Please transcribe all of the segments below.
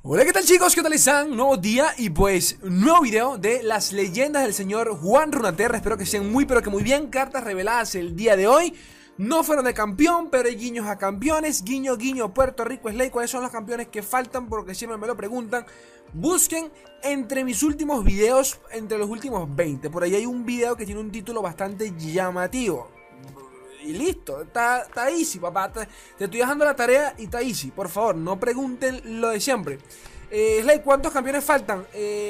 Hola, ¿qué tal chicos? ¿Qué tal están? Nuevo día y pues nuevo video de las leyendas del señor Juan Runaterra. Espero que estén muy pero que muy bien. Cartas reveladas el día de hoy. No fueron de campeón, pero hay guiños a campeones. Guiño, guiño, Puerto Rico Slay. ¿Cuáles son los campeones que faltan? Porque siempre me lo preguntan. Busquen entre mis últimos videos, entre los últimos 20. Por ahí hay un video que tiene un título bastante llamativo. Y listo, está easy, papá. Te estoy dejando la tarea y está easy. Por favor, no pregunten lo de siempre. Slay, ¿cuántos campeones faltan?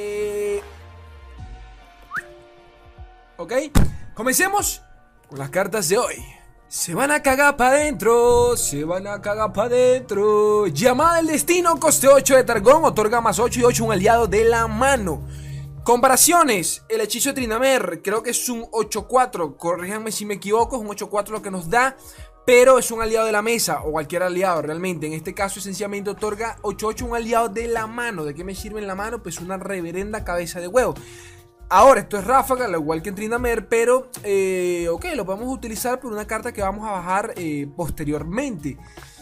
Ok, comencemos con las cartas de hoy. Se van a cagar pa' dentro, se van a cagar pa' dentro. Llamada del destino, coste 8 de Targón, otorga más 8 y 8 un aliado de la mano. Comparaciones, el hechizo de Tryndamere, creo que es un 8-4, corríjanme si me equivoco, es un 8-4 lo que nos da, pero es un aliado de la mesa, o cualquier aliado realmente. En este caso sencillamente otorga 8-8 un aliado de la mano. ¿De qué me sirve en la mano? Pues una reverenda cabeza de huevo. Ahora, esto es ráfaga, al igual que en Tryndamere, pero ok, lo podemos utilizar por una carta que vamos a bajar posteriormente.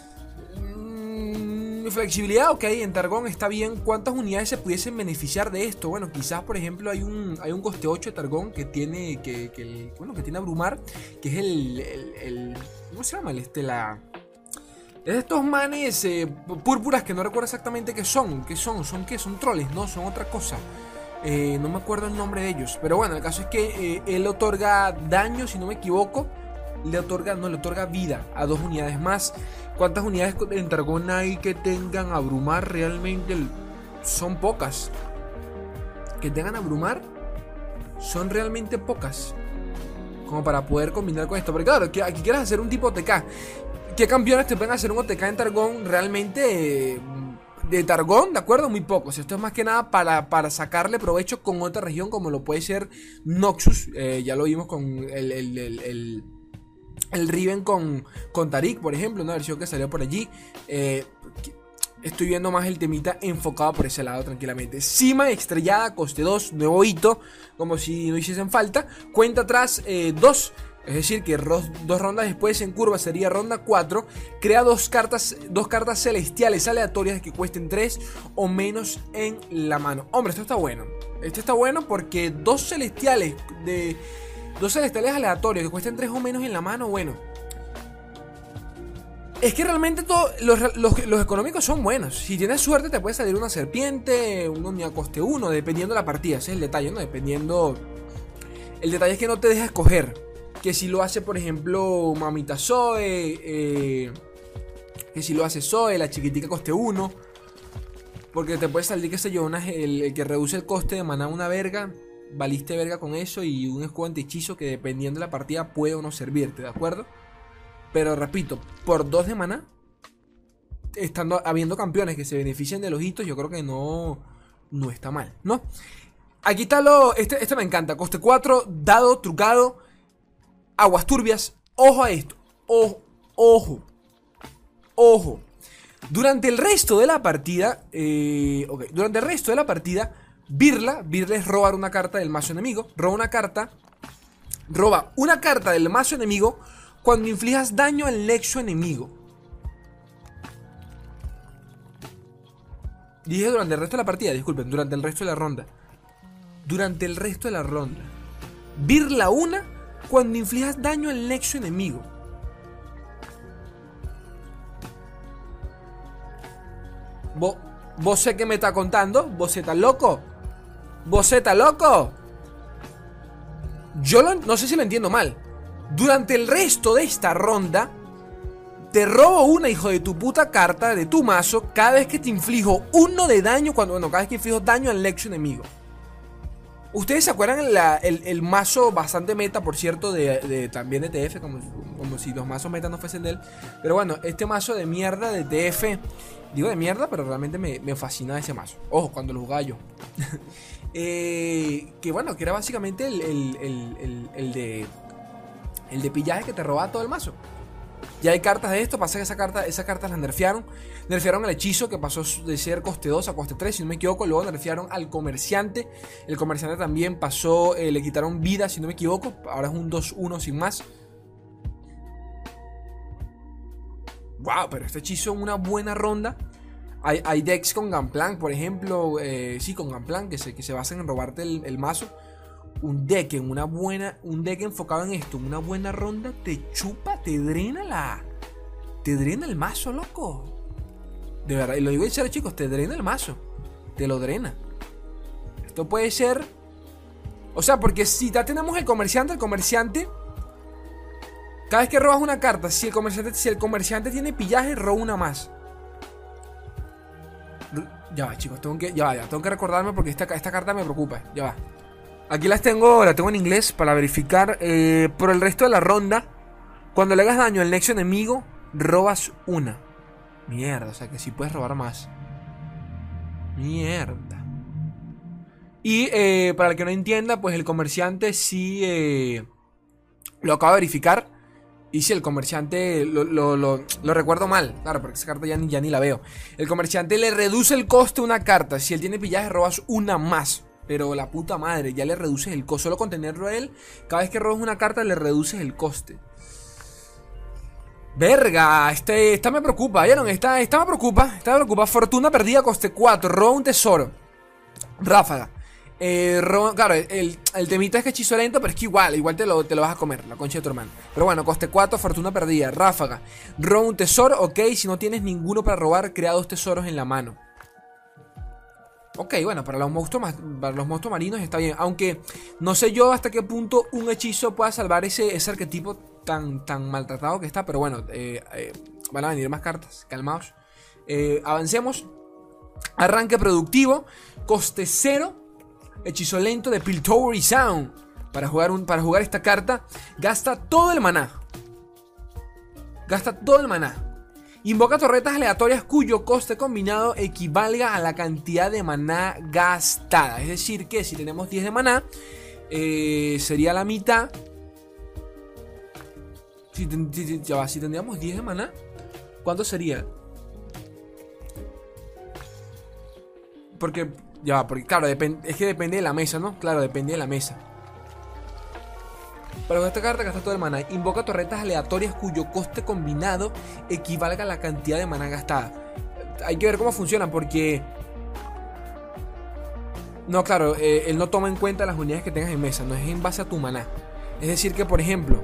Flexibilidad, ok, en Targón está bien. ¿Cuántas unidades se pudiesen beneficiar de esto? Bueno, quizás por ejemplo hay un coste 8 de Targón que tiene que tiene Abrumar, que es el ¿cómo se llama? Es de estos manes púrpuras que no recuerdo exactamente qué son. ¿Son qué? ¿Son troles? No, son otra cosa. No me acuerdo el nombre de ellos. Pero bueno, el caso es que él otorga daño, si no me equivoco. Le otorga vida a 2 unidades más. ¿Cuántas unidades en Targón hay que tengan Abrumar? Realmente son pocas. Que tengan Abrumar son realmente pocas, como para poder combinar con esto. Porque claro, aquí quieres hacer un tipo OTK. ¿Qué campeones te pueden hacer un OTK en Targón? Realmente de Targón, ¿de acuerdo? Muy pocos. Esto es más que nada para sacarle provecho con otra región, como lo puede ser Noxus. Ya lo vimos con el Riven con Taric, por ejemplo, una versión que salió por allí. Estoy viendo más el temita enfocado por ese lado tranquilamente. Cima estrellada, coste 2, nuevo hito, como si no hiciesen falta. Cuenta atrás 2, es decir que 2 rondas después en curva sería ronda 4. Crea dos cartas celestiales aleatorias que cuesten 3 o menos en la mano. Hombre, esto está bueno. Esto está bueno porque 2 celestiales aleatorios que cuesten 3 o menos en la mano, bueno. Es que realmente los económicos son buenos. Si tienes suerte te puede salir una serpiente, una unidad coste 1, dependiendo de la partida. Ese es el detalle, ¿no? Dependiendo. El detalle es que no te deja escoger. Que si lo hace, por ejemplo, Mamita Zoe, que si lo hace Zoe, la chiquitica coste 1. Porque te puede salir, qué sé yo, el que reduce el coste de maná una verga. Valiste verga con eso y un escudo antihechizo que dependiendo de la partida puede o no servirte, ¿de acuerdo? Pero repito, por 2 de maná, habiendo campeones que se beneficien de los hitos, yo creo que no está mal, ¿no? Aquí está este me encanta, coste 4, dado trucado, aguas turbias. Ojo a esto, ojo. Durante el resto de la partida, Birla es robar una carta del mazo enemigo. Roba una carta del mazo enemigo cuando inflijas daño al nexo enemigo. Dije durante el resto de la partida, disculpen, durante el resto de la ronda. Birla una cuando inflijas daño al nexo enemigo. ¿Vos sé que me está contando? ¿Vos estás loco? Yo no sé si lo entiendo mal. Durante el resto de esta ronda te robo una hijo de tu puta carta de tu mazo cada vez que te inflijo 1 de daño cada vez que inflijo daño al nexo enemigo. Ustedes se acuerdan el mazo bastante meta, por cierto, también de TF, como si los mazos meta no fuesen de él. Pero bueno, este mazo de mierda de TF, digo de mierda, pero realmente me fascina ese mazo. Ojo, cuando lo jugaba yo. Que bueno, que era básicamente el de pillaje que te robaba todo el mazo. Ya hay cartas de esto, pasa que esas cartas las nerfearon. Nerfearon el hechizo que pasó de ser coste 2 a coste 3, si no me equivoco. Luego nerfearon al comerciante. El comerciante también pasó, le quitaron vida, si no me equivoco. Ahora es un 2-1 sin más. Wow, pero este hechizo en una buena ronda Hay decks con Gunplank, por ejemplo. Sí, con Gunplank, que se basan en robarte el mazo. Un deck enfocado en esto, en una buena ronda, te chupa, te drena el mazo, loco. De verdad, y lo digo en serio, chicos, te drena el mazo. Te lo drena. Esto puede ser. O sea, porque si ya tenemos el comerciante, cada vez que robas una carta, si el comerciante tiene pillaje, roba una más. Ya va, chicos, tengo que recordarme porque esta carta me preocupa. Ya va. Aquí la tengo en inglés para verificar. Por el resto de la ronda, cuando le hagas daño al nexo enemigo, robas una. Mierda, o sea que sí puedes robar más. Mierda. Y para el que no entienda, pues el comerciante sí lo acabo de verificar. Y si el comerciante lo recuerdo mal, claro, porque esa carta ya ni la veo. El comerciante le reduce el coste a una carta. Si él tiene pillaje, robas una más. Pero la puta madre, ya le reduces el coste. Solo con tenerlo a él, cada vez que robas una carta, le reduces el coste. Verga, esta me preocupa, ¿vieron? Esta me preocupa. Fortuna perdida, coste 4. Roba un tesoro. Ráfaga. Claro, el temita es que hechizo lento, pero es que igual te lo vas a comer, la concha de tu hermano. Pero bueno, coste 4, fortuna perdida, ráfaga. Roba un tesoro, ok, si no tienes ninguno para robar, crea 2 tesoros en la mano. Ok, bueno, para los monstruos marinos está bien. Aunque no sé yo hasta qué punto un hechizo pueda salvar ese arquetipo tan maltratado que está. Pero bueno, van a venir más cartas, calmaos. Avancemos. Arranque productivo, coste 0. Hechizo lento de Piltover y Sound. Para jugar esta carta, gasta todo el maná. Invoca torretas aleatorias cuyo coste combinado equivalga a la cantidad de maná gastada. Es decir que si tenemos 10 de maná, sería la mitad. Si tendríamos 10 de maná, ¿cuánto sería? Porque claro, es que depende de la mesa, ¿no? Claro, depende de la mesa. Para jugar esta carta gasta todo el maná. Invoca torretas aleatorias cuyo coste combinado equivalga a la cantidad de maná gastada. Hay que ver cómo funciona porque... No, claro, él no toma en cuenta las unidades que tengas en mesa. No es en base a tu maná. Es decir que, por ejemplo...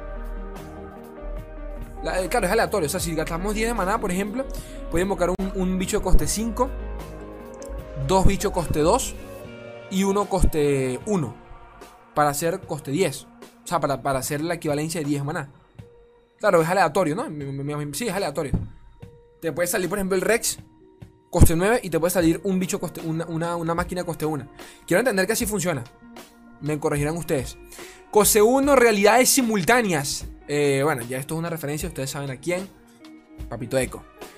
Claro, es aleatorio. O sea, si gastamos 10 de maná, por ejemplo, puede invocar un bicho de coste 5, 2 bichos coste 2 y uno coste 1 para hacer coste 10. O sea, para hacer la equivalencia de 10 maná. Claro, es aleatorio, ¿no? Sí, es aleatorio. Te puede salir, por ejemplo, el Rex coste 9 y te puede salir un bicho coste una máquina coste 1. Quiero entender que así funciona. Me corregirán ustedes. Coste 1, realidades simultáneas. Bueno, ya esto es una referencia. Ustedes saben a quién. Papito Eco.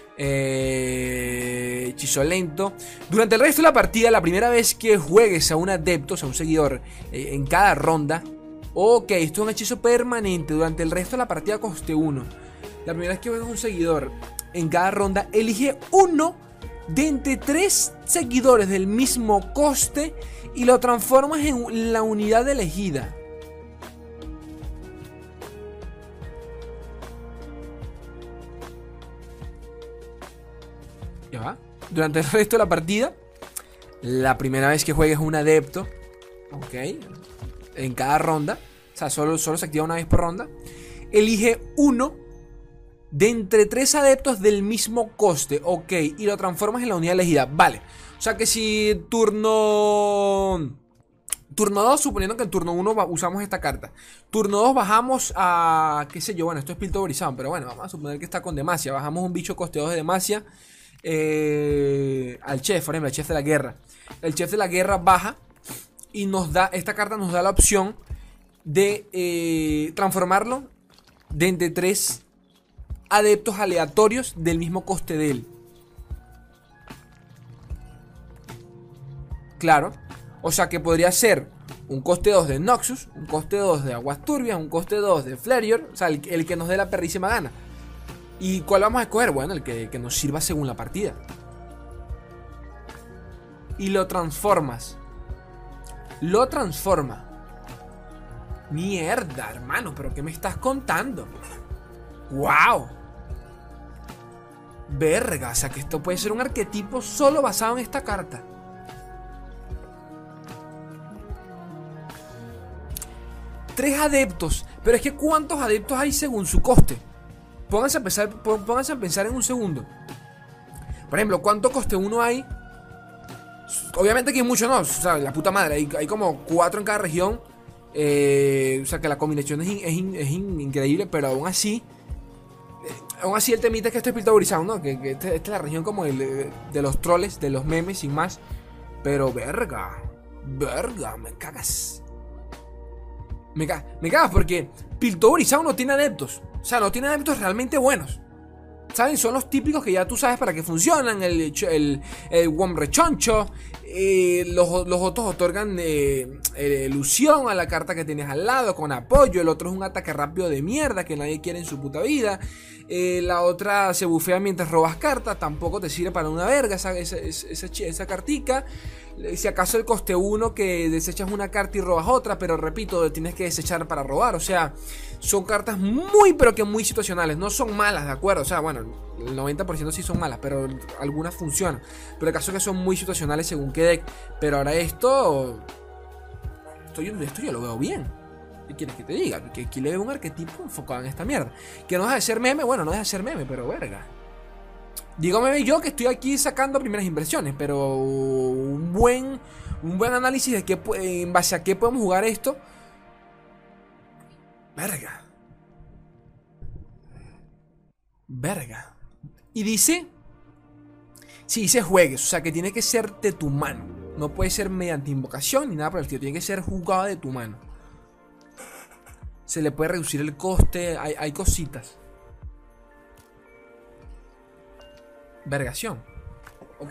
Hechizo lento. Durante el resto de la partida, la primera vez que juegues a un adepto, o sea, un seguidor, en cada ronda. Ok, esto es un hechizo permanente. Durante el resto de la partida, coste 1. La primera vez que juegas a un seguidor en cada ronda, elige uno de entre 3 seguidores del mismo coste y lo transformas en la unidad elegida. Ya va. Durante el resto de la partida, la primera vez que juegues un adepto, ok, en cada ronda, o sea, solo se activa una vez por ronda, elige uno de entre 3 adeptos del mismo coste, ok, y lo transformas en la unidad elegida, vale. O sea que si turno 2, suponiendo que en turno 1 usamos esta carta, turno 2 bajamos a, qué sé yo, bueno, esto es Piltover y Sound, pero bueno, vamos a suponer que está con Demacia, bajamos un bicho coste 2 de Demacia al chef, por ejemplo, el chef de la guerra. El chef de la guerra baja y esta carta nos da la opción de transformarlo de entre 3 adeptos aleatorios del mismo coste de él. Claro, o sea que podría ser un coste 2 de Noxus, un coste 2 de Aguas Turbias, un coste 2 de Flareon, o sea, el que nos dé la perrísima gana. ¿Y cuál vamos a escoger? Bueno, el que nos sirva según la partida. Y lo transformas. Lo transforma. Mierda, hermano, pero ¿qué me estás contando? ¡Wow! Verga, o sea que esto puede ser un arquetipo solo basado en esta carta. Tres adeptos. Pero es que ¿cuántos adeptos hay según su coste? Pónganse a pensar en un segundo. Por ejemplo, ¿cuánto coste 1 hay? Obviamente que hay mucho, no. O sea, la puta madre. Hay como 4 en cada región. O sea que la combinación es increíble. Pero aún así el temita es que estoy piltorizado, ¿no? Que esta es la región como de los troles, de los memes, sin más. Pero verga, me cagas. Me cagas porque Piltover no tiene adeptos. O sea, no tiene adeptos realmente buenos. ¿Saben? Son los típicos que ya tú sabes para qué funcionan. El Womrechoncho. Los otros otorgan ilusión a la carta que tienes al lado con apoyo. El otro es un ataque rápido de mierda que nadie quiere en su puta vida. La otra se bufea mientras robas cartas. Tampoco te sirve para una verga esa cartica. Si acaso el coste 1 que desechas una carta y robas otra, pero repito, tienes que desechar para robar. O sea, son cartas muy pero que muy situacionales. No son malas, ¿de acuerdo? O sea, bueno, el 90% sí son malas, pero algunas funcionan. Pero el caso es que son muy situacionales según qué deck. Pero ahora esto yo lo veo bien. ¿Qué quieres que te diga? Que aquí le veo un arquetipo enfocado en esta mierda. Que no deja de ser meme, bueno, no deja de ser meme, pero verga. Dígame yo que estoy aquí sacando primeras inversiones, pero un buen análisis de qué, en base a qué podemos jugar esto. Verga. Y dice, si dice juegues, o sea que tiene que ser de tu mano. No puede ser mediante invocación ni nada por el estilo. Tiene que ser jugado de tu mano. Se le puede reducir el coste. Hay cositas. Vergación. Ok.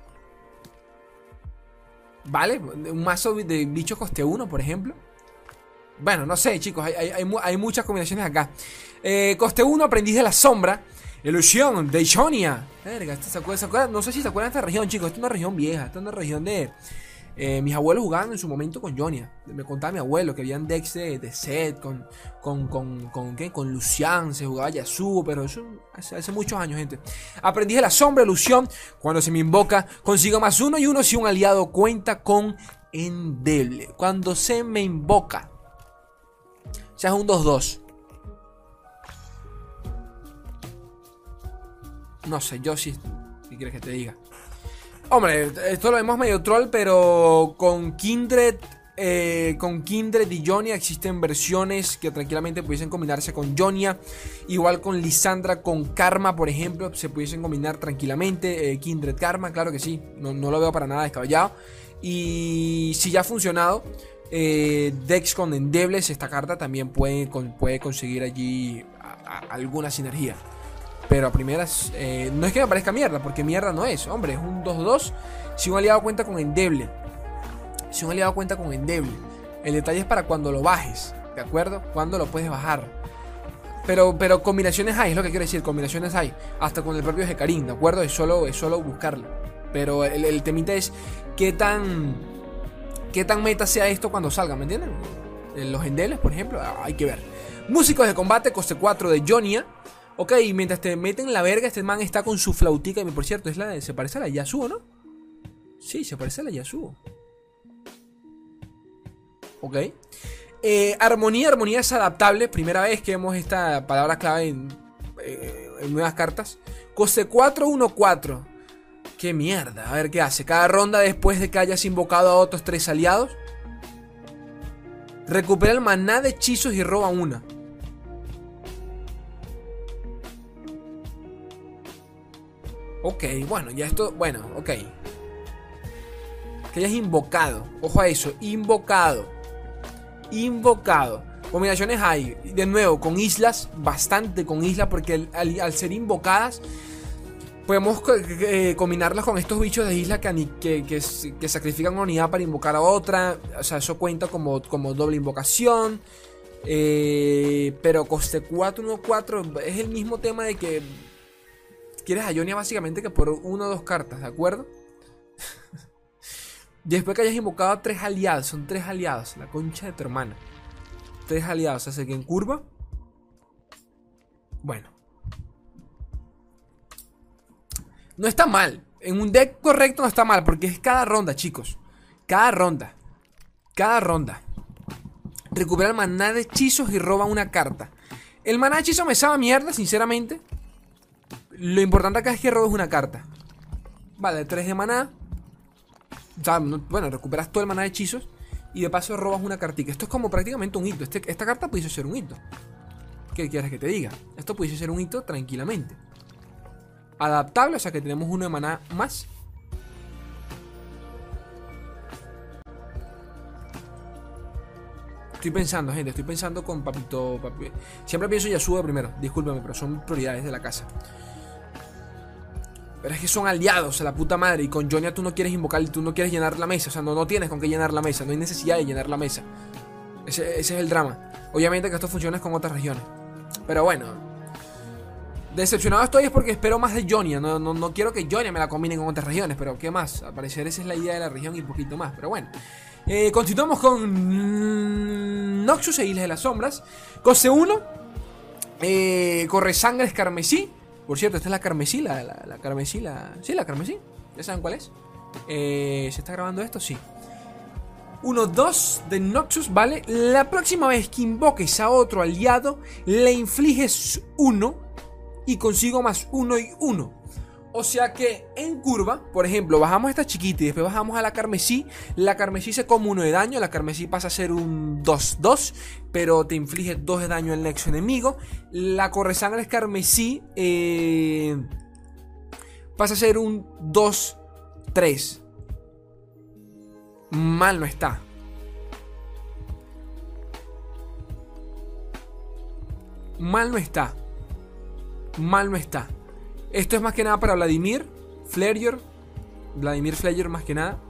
Vale. Un mazo de bicho coste 1, por ejemplo. Bueno, no sé, chicos. Hay muchas combinaciones acá. Coste 1, aprendiz de la sombra. Ilusión de Jonia. Verga, ¿se acuerdan? No sé si se acuerdan de esta región, chicos. Esta es una región vieja. Esta es una región de... mis abuelos jugaban en su momento con Jonia. Me contaba mi abuelo que habían decks de set con Lucian, se jugaba Yasuo, pero eso hace muchos años, gente. Aprendiz de la sombra, ilusión. Cuando se me invoca, consigo +1 y 1 si un aliado cuenta con endeble. Cuando se me invoca, o sea, es un 2-2. No sé, yo sí. ¿Qué quieres que te diga? Hombre, esto lo vemos medio troll, pero con Kindred y Jonia existen versiones que tranquilamente pudiesen combinarse con Jonia. Igual con Lisandra, con Karma, por ejemplo, se pudiesen combinar tranquilamente. Kindred Karma, claro que sí, no lo veo para nada descabellado. Y si ya ha funcionado, Dex con Endebles, esta carta también puede conseguir allí alguna sinergia. Pero a primeras, no es que me parezca mierda, porque mierda no es. Hombre, es un 2-2 si un aliado cuenta con endeble. El detalle es para cuando lo bajes, ¿de acuerdo? Cuando lo puedes bajar. Pero combinaciones hay, es lo que quiero decir. Combinaciones hay, hasta con el propio Hecarim, ¿de acuerdo? Es solo buscarlo. Pero el temita es qué tan meta sea esto cuando salga, ¿me entienden? Los endebles, por ejemplo, hay que ver. Músicos de combate, coste 4 de Jonia. Ok, mientras te meten la verga, este man está con su flautica. Y por cierto, se parece a la Yasuo, ¿no? Sí, se parece a la Yasuo. Ok. Armonía es adaptable. Primera vez que vemos esta palabra clave en nuevas cartas. Coste 4, 1, 4. Qué mierda, a ver qué hace. Cada ronda después de que hayas invocado a otros 3 aliados, recupera el maná de hechizos y roba una. Ok, bueno, ya esto... Bueno, ok. Que hayas invocado. Ojo a eso, invocado. Combinaciones hay, de nuevo, con islas. Bastante con islas, porque al ser invocadas, podemos combinarlas con estos bichos de isla que sacrifican una unidad para invocar a otra. O sea, eso cuenta como doble invocación. Pero coste 4, 1, 4 es el mismo tema de que quieres a Jonia básicamente que por 1 o 2 cartas, ¿de acuerdo? Después que hayas invocado a 3 aliados, son 3 aliados, la concha de tu hermana. 3 aliados, hace que en curva. Bueno. No está mal. En un deck correcto no está mal, porque es cada ronda, chicos. Cada ronda. Cada ronda. Recupera el maná de hechizos y roba una carta. El maná de hechizo me sabe a mierda, sinceramente. Lo importante acá es que robes una carta. Vale, 3 de maná. O sea, bueno, recuperas todo el maná de hechizos y de paso robas una cartica. Esto es como prácticamente un hito. Esta carta pudiese ser un hito. ¿Qué quieres que te diga? Esto pudiese ser un hito tranquilamente. Adaptable, o sea que tenemos uno de maná más. Estoy pensando, gente, estoy pensando con Papito. Siempre pienso Yasuo primero, discúlpame, pero son prioridades de la casa. Pero es que son aliados a la puta madre. Y con Jonia tú no quieres invocar, tú no quieres llenar la mesa. O sea, no tienes con qué llenar la mesa. No hay necesidad de llenar la mesa. Ese es el drama. Obviamente que esto funciona con otras regiones. Pero bueno, decepcionado estoy es porque espero más de Jonia. No quiero que Jonia me la combinen con otras regiones. Pero ¿qué más? Al parecer esa es la idea de la región y un poquito más. Pero bueno, continuamos con Noxus e Islas de las Sombras. Coste 1, corre sangres carmesí. Por cierto, esta es la carmesí, la carmesí, sí, la carmesí. ¿Ya saben cuál es? ¿Se está grabando esto? Sí. 1-2 de Noxus, ¿vale? La próxima vez que invoques a otro aliado, le infliges 1 y consigo más 1 y 1. O sea que en curva, por ejemplo, bajamos esta chiquita y después bajamos a la carmesí. La carmesí se come 1 de daño. La carmesí pasa a ser un 2-2, pero te inflige 2 de daño al nexo enemigo. La corresangres carmesí pasa a ser un 2-3. Mal no está. Mal no está. Mal no está. Esto es más que nada para Vladimir Flayer. Vladimir Flayer más que nada.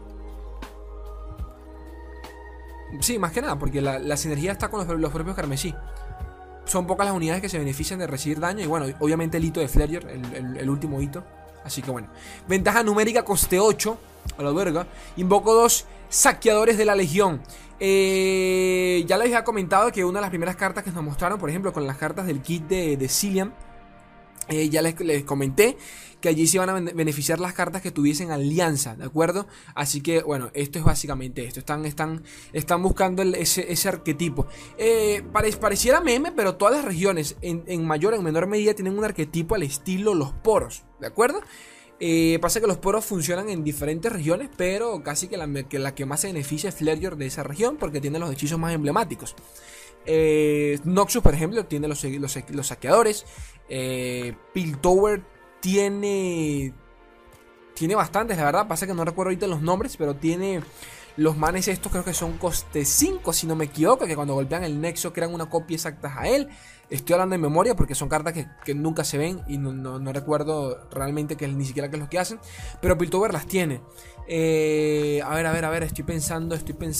Sí, más que nada, porque la sinergia está con los propios carmesí. Son pocas las unidades que se benefician de recibir daño. Y bueno, obviamente el hito de Flayer, el último hito. Así que bueno. Ventaja numérica, coste 8. A la verga. Invoco 2 saqueadores de la legión. Ya les había comentado que una de las primeras cartas que nos mostraron, por ejemplo, con las cartas del kit de Cillian, ya les comenté que allí se iban a beneficiar las cartas que tuviesen alianza, ¿de acuerdo? Así que, bueno, esto es básicamente esto. Están buscando ese arquetipo. Pareciera meme, pero todas las regiones, en mayor o en menor medida, tienen un arquetipo al estilo los poros, ¿de acuerdo? Pasa que los poros funcionan en diferentes regiones, pero casi que la que más se beneficia es Flayer de esa región, porque tiene los hechizos más emblemáticos. Noxus, por ejemplo, tiene los saqueadores. Piltover tiene bastantes, la verdad. Pasa que no recuerdo ahorita los nombres, pero tiene los manes estos, creo que son coste 5, si no me equivoco, que cuando golpean el nexo crean una copia exacta a él. Estoy hablando de memoria porque son cartas que nunca se ven y no recuerdo realmente ni siquiera qué es lo que hacen. Pero Piltover las tiene. A ver, estoy pensando.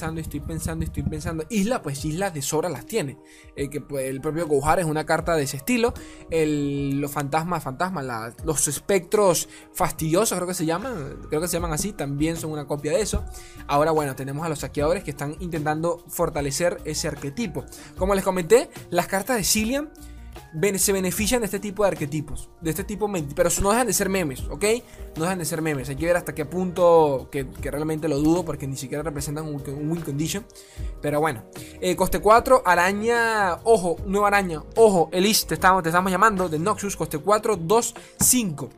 Islas de sobra las tiene. El propio Gouhar es una carta de ese estilo. Los fantasmas, los espectros fastidiosos creo que se llaman así, también son una copia de eso. Ahora bueno, tenemos a los saqueadores que están intentando fortalecer ese arquetipo. Como les comenté, las cartas de Cillian se benefician de este tipo de arquetipos, de este tipo, pero no dejan de ser memes, ¿ok? No dejan de ser memes. Hay que ver hasta qué punto, que realmente lo dudo, porque ni siquiera representan un win condition. Pero bueno, coste 4, araña, ojo, nueva araña, ojo, Elise, te estamos llamando, de Noxus, coste 4, 2, 5.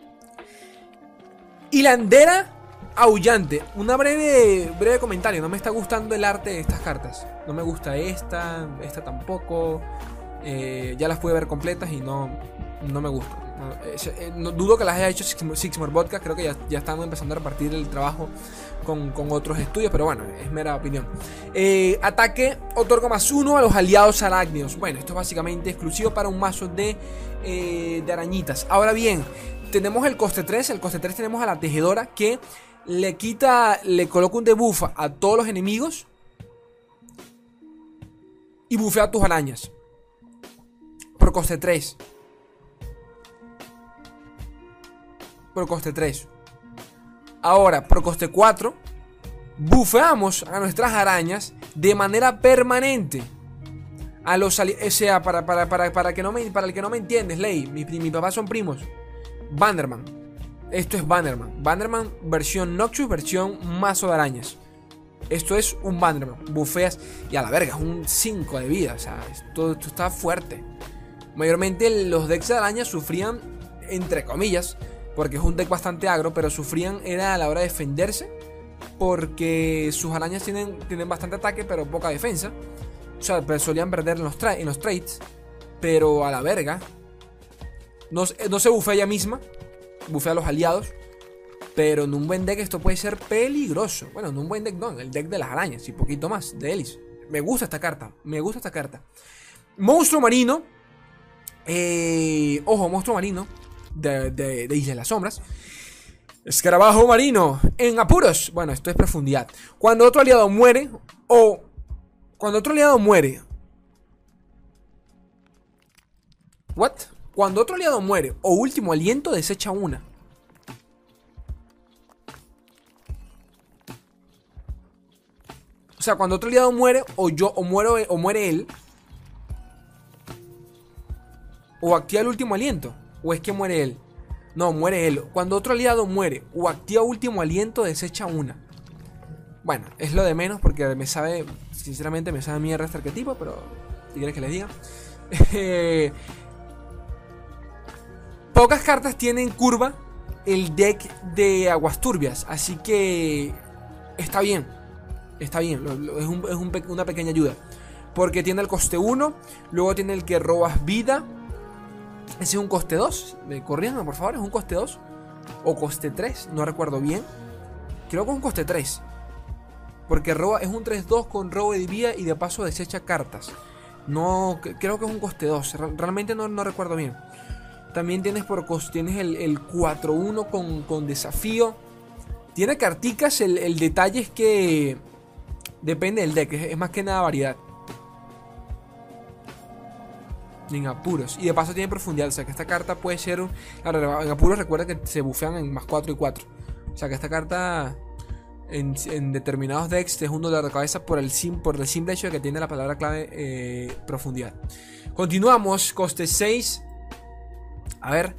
Hilandera aullante. Una breve comentario. No me está gustando el arte de estas cartas. No me gusta esta tampoco. Ya las pude ver completas y no me gusta. Dudo que las haya hecho Sixmore Vodka. Creo que ya están empezando a repartir el trabajo con otros estudios, pero bueno, es mera opinión. Ataque otorga +1 a los aliados arácnidos. Bueno, esto es básicamente exclusivo para un mazo de arañitas. Ahora bien, tenemos el coste 3. El coste 3 tenemos a la tejedora, que le coloca un debuff a todos los enemigos y bufea a tus arañas. Por coste 3. Por coste 3. Ahora, por coste 4, bufeamos a nuestras arañas de manera permanente. O sea, para el que no me entiendes, Ley, mi papá son primos. Vanderman. Esto es Bannerman. Bannerman versión Noxus, versión mazo de arañas. Esto es un Bannerman. Bufeas y a la verga, es un 5 de vida. O sea, esto está fuerte. Mayormente los decks de arañas sufrían, entre comillas, porque es un deck bastante agro, pero sufrían era a la hora de defenderse, porque sus arañas tienen bastante ataque, pero poca defensa. O sea, pero solían perder en los trades. Pero a la verga. No se bufea ella misma, bufea a los aliados. Pero en un buen deck esto puede ser peligroso. Bueno, en un buen deck no, en el deck de las arañas y poquito más, de Elise. Me gusta esta carta, Monstruo marino. Ojo, monstruo marino de Isla de las Sombras. Escarabajo marino en apuros. Bueno, esto es profundidad. Cuando otro aliado muere ¿What? Cuando otro aliado muere o último aliento, desecha una. O sea, cuando otro aliado muere, o muere él, o activa el último aliento, o es que muere él. No, muere él. Cuando otro aliado muere o activa último aliento, desecha una. Bueno, es lo de menos porque sinceramente me sabe mierda este arquetipo, pero si quieres que les diga. Pocas cartas tienen curva el deck de Aguas Turbias, así que está bien. Está bien, es una pequeña ayuda. Porque tiene el coste 1, luego tiene el que robas vida. Ese es un coste 2. Corríganme por favor, es un coste 2 o coste 3, no recuerdo bien. Creo que es un coste 3. Porque roba, es un 3-2 con robo de vida y de paso desecha cartas. No, creo que es un coste 2. Realmente no recuerdo bien. También tienes el 4-1 con desafío. Tiene carticas, el detalle es que depende del deck, es más que nada variedad. En apuros. Y de paso tiene profundidad, o sea que esta carta puede ser en apuros recuerda que se bufean en más 4 y 4. O sea que esta carta en determinados decks es un dolor de cabeza por el simple hecho de que tiene la palabra clave profundidad. Continuamos, coste 6. A ver,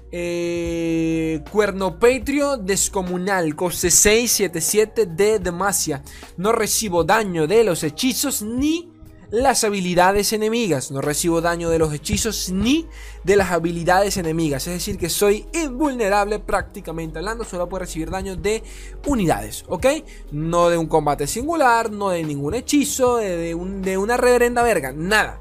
Cuernopatrio descomunal, coste 6, 7-7 de Demacia. No recibo daño de los hechizos ni las habilidades enemigas. No recibo daño de los hechizos ni de las habilidades enemigas. Es decir que soy invulnerable prácticamente hablando. Solo puedo recibir daño de unidades, ¿ok? No de un combate singular, no de ningún hechizo, de una reverenda verga. Nada.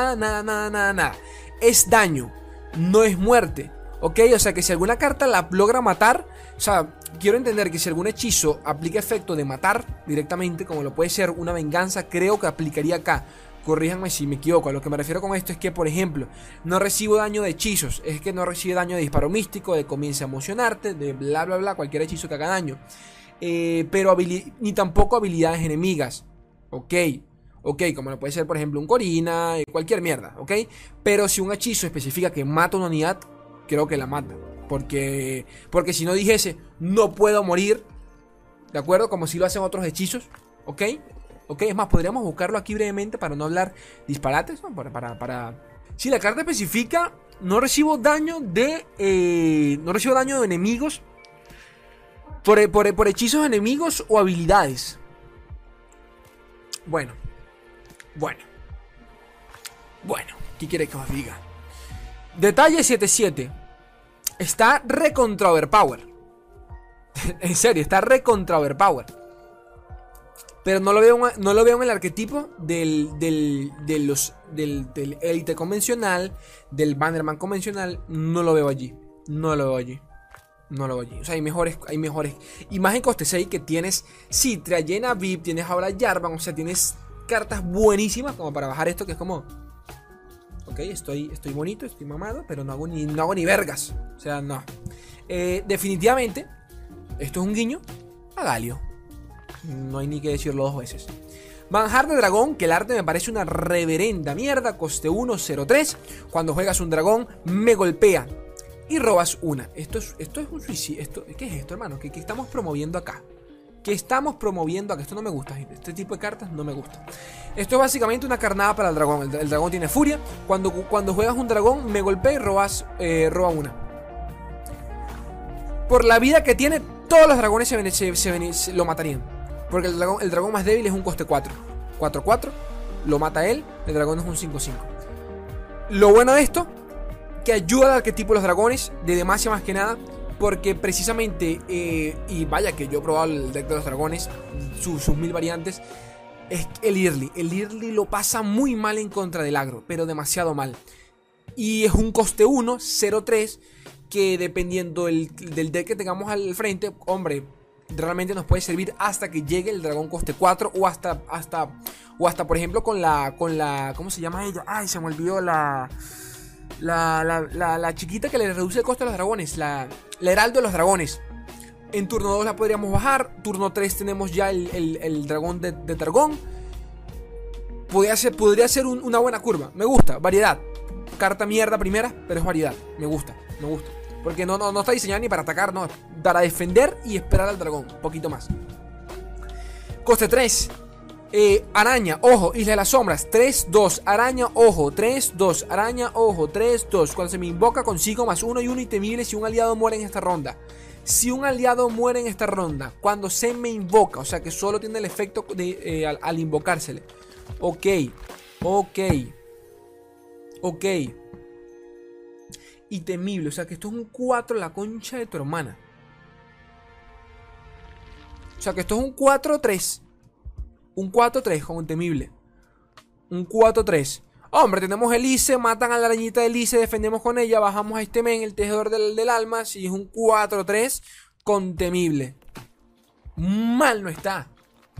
Es daño, no es muerte, ¿ok? O sea que si alguna carta la logra matar, o sea, quiero entender que si algún hechizo aplica efecto de matar directamente, como lo puede ser una venganza, creo que aplicaría acá. Corríjanme si me equivoco. A lo que me refiero con esto es que, por ejemplo, no recibo daño de hechizos. Es que no recibe daño de disparo místico, de comienza a emocionarte, de bla bla bla, cualquier hechizo que haga daño. Pero ni tampoco habilidades enemigas. Ok, como lo puede ser, por ejemplo, un Corina, cualquier mierda, ok. Pero si un hechizo especifica que mata una unidad, creo que la mata. Porque si no dijese, no puedo morir, ¿de acuerdo? Como si lo hacen otros hechizos, ¿ok? Es más, podríamos buscarlo aquí brevemente para no hablar disparates, ¿no? Si la carta especifica, no recibo daño de enemigos por hechizos enemigos o habilidades. Bueno, ¿qué quiere que os diga? Detalle 7-7. Está recontra overpower. En serio, está recontra overpower. Pero no lo veo en el arquetipo del Elite convencional, del Bannerman convencional. No lo veo allí. O sea, hay mejores. Y más en coste 6 que tienes Citria, Jaina VIP, tienes ahora Jarvan. O sea, tienes cartas buenísimas como para bajar esto, que es como... Ok, estoy bonito, estoy mamado, pero no hago ni vergas. O sea, no. Definitivamente, esto es un guiño a Galio. No hay ni que decirlo dos veces. Manjar de dragón, que el arte me parece una reverenda mierda. Coste 1, 0-3. Cuando juegas un dragón, me golpea y robas una. Esto es un suicidio. ¿Qué es esto, hermano? ¿Qué estamos promoviendo acá? Esto no me gusta, gente. Este tipo de cartas no me gusta. Esto es básicamente una carnada para el dragón. El dragón tiene furia. Cuando juegas un dragón, me golpea y roba una. por la vida que tiene, todos los dragones lo matarían. Porque el dragón más débil es un coste 4. 4-4, lo mata él, el dragón es un 5-5. Lo bueno de esto, que ayuda al arquetipo de los dragones, de Demacia más que nada, porque precisamente, y vaya que yo he probado el deck de los dragones, sus 1000 variantes, es el early. El early lo pasa muy mal en contra del agro, pero demasiado mal. Y es un coste 1, 0-3, que dependiendo del deck que tengamos al frente, hombre, realmente nos puede servir hasta que llegue el dragón coste 4 o hasta por ejemplo con la ¿cómo se llama ella? Ay, se me olvidó la chiquita que le reduce el coste a los dragones, la heraldo de los dragones. En turno 2 la podríamos bajar, turno 3 tenemos ya el dragón de Targón. Podría ser una buena curva, me gusta, variedad. Carta mierda primera, pero es variedad, me gusta. Porque no está diseñada ni para atacar, no, para defender y esperar al dragón, un poquito más. Coste 3, araña, ojo, Isla de las Sombras, 3-2, araña, ojo, 3-2, araña, ojo, 3-2. Cuando se me invoca consigo +1 y 1 intemible si un aliado muere en esta ronda. Si un aliado muere en esta ronda, cuando se me invoca, o sea que solo tiene el efecto al invocársele. Ok. Y temible, o sea que esto es un 4 la concha de tu hermana. O sea que esto es un 4-3. Un 4-3 con un temible. Un 4-3. Hombre, tenemos Elise, matan a la arañita de Elise, defendemos con ella, bajamos a este men, el tejedor del alma. Si es un 4-3 con temible. Mal no está.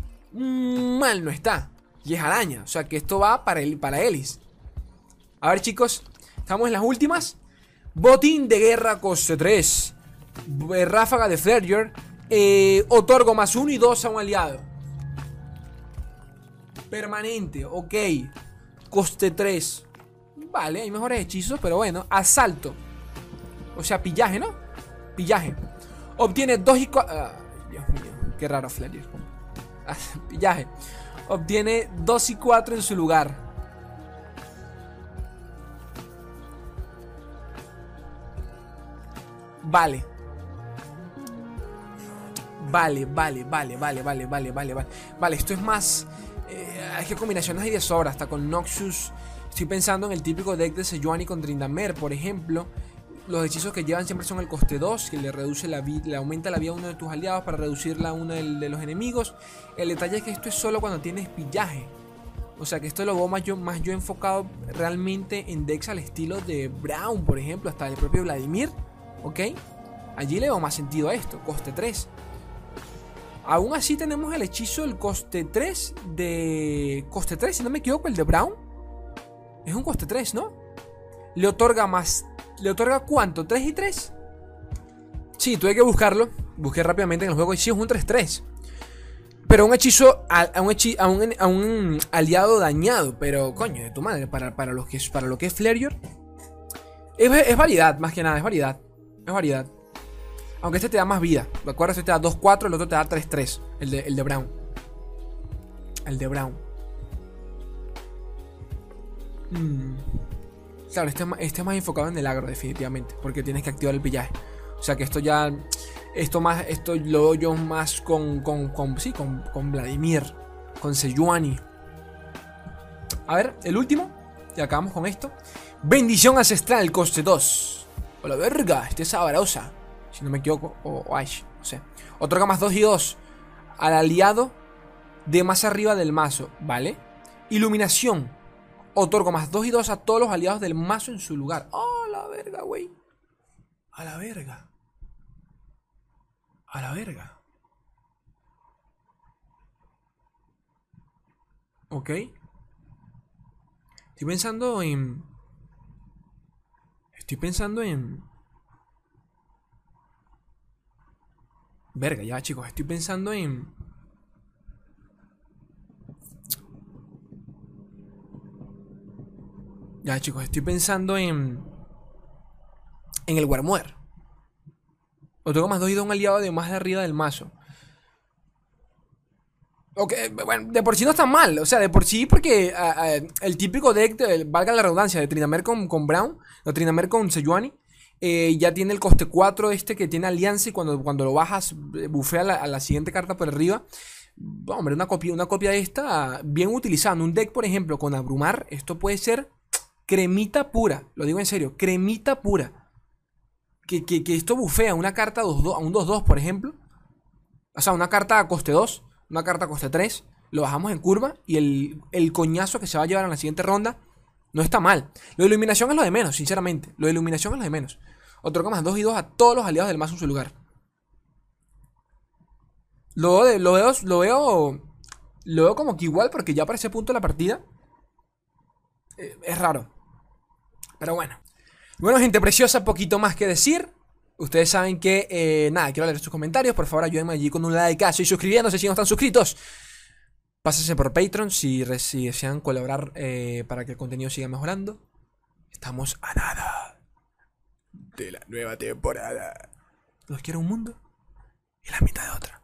Y es araña, o sea que esto va para Elise. A ver, chicos, estamos en las últimas. Botín de guerra coste 3. Ráfaga de Flareyer. Otorgo +1 y 2 a un aliado. Permanente, ok. Coste 3. Vale, hay mejores hechizos, pero bueno. Asalto. O sea, pillaje, ¿no? Pillaje. Obtiene 2 y 4. Dios mío, qué raro Flareyer. Pillaje. Obtiene 2 y 4 en su lugar. Vale. Vale, esto es más. Es que combinaciones hay de sobra. Hasta con Noxus. Estoy pensando en el típico deck de Sejuani con Tryndamere, por ejemplo. Los hechizos que llevan siempre son el coste 2, que le reduce la vida, le aumenta la vida a uno de tus aliados para reducirla a uno de los enemigos. El detalle es que esto es solo cuando tienes pillaje. O sea que esto lo veo más yo enfocado realmente en decks al estilo de Braum, por ejemplo, hasta el propio Vladimir. ¿Ok? Allí le veo más sentido a esto, coste 3. Aún así tenemos el hechizo del coste 3 de... Coste 3, si no me equivoco, el de Braum. Es un coste 3, ¿no? Le otorga más... ¿Le otorga cuánto? ¿3 y 3? Sí, tuve que buscarlo. Busqué rápidamente en el juego y sí, es un 3-3. Pero un hechizo a un aliado dañado. Pero, coño, de tu madre, para lo que es Flareyer. Es variedad, más que nada, es variedad. Aunque este te da más vida. ¿De acuerdo? Este te da 2-4, el otro te da 3-3. El de Braum. Claro, este es más enfocado en el agro, definitivamente. Porque tienes que activar el pillaje. O sea que esto ya... Esto lo veo yo más con Vladimir. Con Sejuani. A ver, el último. Y acabamos con esto. Bendición ancestral, coste 2. O la verga, este es sabrosa. Si no me equivoco. O Ash, no sé. Otorga +2 y 2 al aliado de más arriba del mazo. ¿Vale? Iluminación. Otorgo +2 y 2 a todos los aliados del mazo en su lugar. ¡Oh, la verga, güey! A la verga. Ok. Estoy pensando en... Verga, ya, chicos. Estoy pensando en... Ya, chicos, estoy pensando en el Warmother. Otorgo +2 y 2 a un aliado de más de arriba del mazo. Ok, bueno, de por sí no está mal. O sea, de por sí, porque el típico deck, valga la redundancia, de Tryndamere con Braum, o Tryndamere con Sejuani, Ya tiene el coste 4 este que tiene alianza y cuando lo bajas bufea a la siguiente carta por arriba. Hombre, una copia de esta bien utilizada. En un deck, por ejemplo, con abrumar, esto puede ser cremita pura. Lo digo en serio, cremita pura. Que esto bufea una carta 2-2, a un 2-2, por ejemplo. O sea, una carta a coste 2, una carta a coste 3. Lo bajamos en curva y el coñazo que se va a llevar en la siguiente ronda no está mal. Lo de iluminación es lo de menos, sinceramente. Lo de iluminación es lo de menos. Otorga más 2 y 2 a todos los aliados del mazo en su lugar. Lo veo como que igual, porque ya para ese punto de la partida es raro. Pero bueno. Bueno, gente preciosa, poquito más que decir. Ustedes saben que, nada, quiero leer sus comentarios. Por favor, ayúdenme allí con un like y suscribiéndose si no están suscritos. Pásense por Patreon si desean colaborar para que el contenido siga mejorando. Estamos a nada de la nueva temporada. Los quiero un mundo y la mitad de otra.